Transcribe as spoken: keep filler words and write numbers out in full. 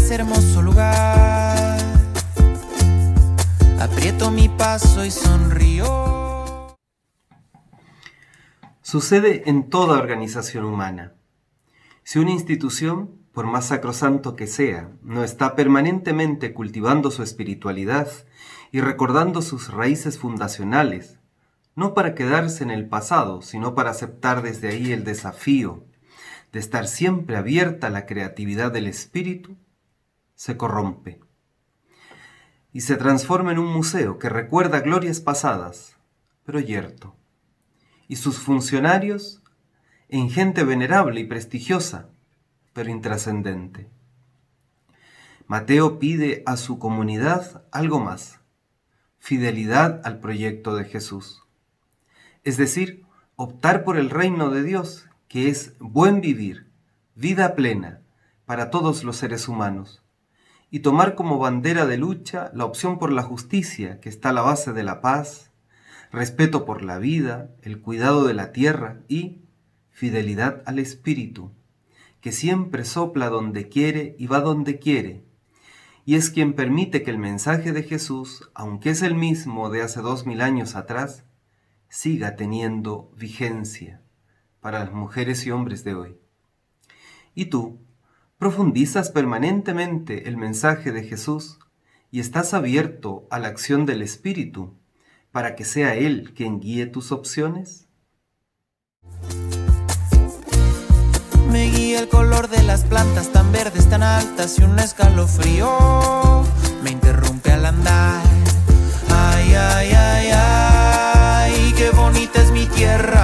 ese hermoso lugar. Aprieto mi paso y sonrío. Sucede en toda organización humana. Si una institución, por más sacrosanto que sea, no está permanentemente cultivando su espiritualidad y recordando sus raíces fundacionales, no para quedarse en el pasado, sino para aceptar desde ahí el desafío de estar siempre abierta a la creatividad del espíritu, se corrompe y se transforma en un museo que recuerda glorias pasadas, pero yerto, y sus funcionarios en gente venerable y prestigiosa, pero intrascendente. Mateo pide a su comunidad algo más: fidelidad al proyecto de Jesús. Es decir, optar por el reino de Dios, que es buen vivir, vida plena para todos los seres humanos, y tomar como bandera de lucha la opción por la justicia, que está a la base de la paz, respeto por la vida, el cuidado de la tierra y fidelidad al Espíritu, que siempre sopla donde quiere y va donde quiere, y es quien permite que el mensaje de Jesús, aunque es el mismo de hace dos mil años atrás, siga teniendo vigencia para las mujeres y hombres de hoy. ¿Y tú? ¿Profundizas permanentemente el mensaje de Jesús y estás abierto a la acción del Espíritu para que sea Él quien guíe tus opciones? Me guía el color de las plantas tan verdes, tan altas, y un escalofrío me interrumpe al andar. Ay, ay, ay, ay, qué bonita es mi tierra.